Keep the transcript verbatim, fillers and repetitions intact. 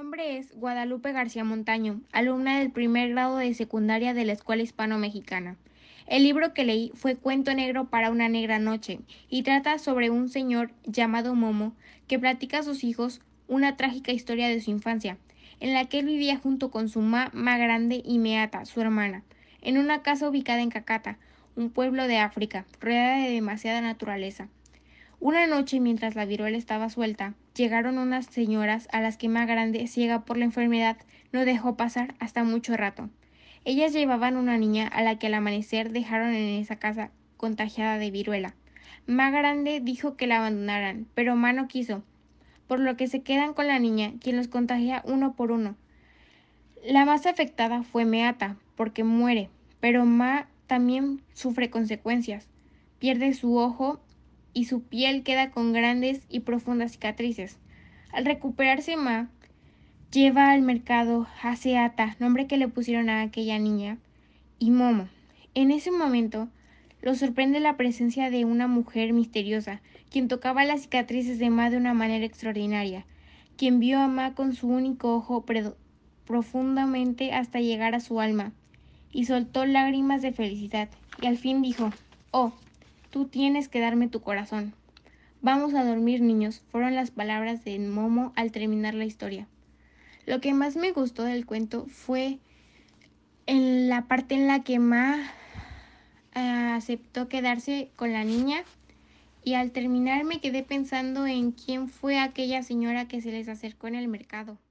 nombre es Guadalupe García Montaño, alumna del primer grado de secundaria de la Escuela Hispano-Mexicana. El libro que leí fue Cuento Negro para una negra noche y trata sobre un señor llamado Momo que platica a sus hijos una trágica historia de su infancia, en la que él vivía junto con su ma más grande y Meata, su hermana, en una casa ubicada en Cacata, un pueblo de África, rodeada de demasiada naturaleza. Una noche, mientras la viruela estaba suelta, llegaron unas señoras a las que Ma Grande, ciega por la enfermedad, no dejó pasar hasta mucho rato. Ellas llevaban una niña a la que al amanecer dejaron en esa casa contagiada de viruela. Ma Grande dijo que la abandonaran, pero Ma no quiso, por lo que se quedan con la niña, quien los contagia uno por uno. La más afectada fue Meata, porque muere, pero Ma también sufre consecuencias. Pierde su ojo y su piel queda con grandes y profundas cicatrices. Al recuperarse Ma, lleva al mercado a Seata, nombre que le pusieron a aquella niña, y Momo. En ese momento, lo sorprende la presencia de una mujer misteriosa, quien tocaba las cicatrices de Ma de una manera extraordinaria, quien vio a Ma con su único ojo profundamente hasta llegar a su alma, y soltó lágrimas de felicidad, y al fin dijo: «Oh, tú tienes que darme tu corazón». «Vamos a dormir, niños», fueron las palabras de Momo al terminar la historia. Lo que más me gustó del cuento fue en la parte en la que Ma uh, aceptó quedarse con la niña, y al terminar me quedé pensando en quién fue aquella señora que se les acercó en el mercado.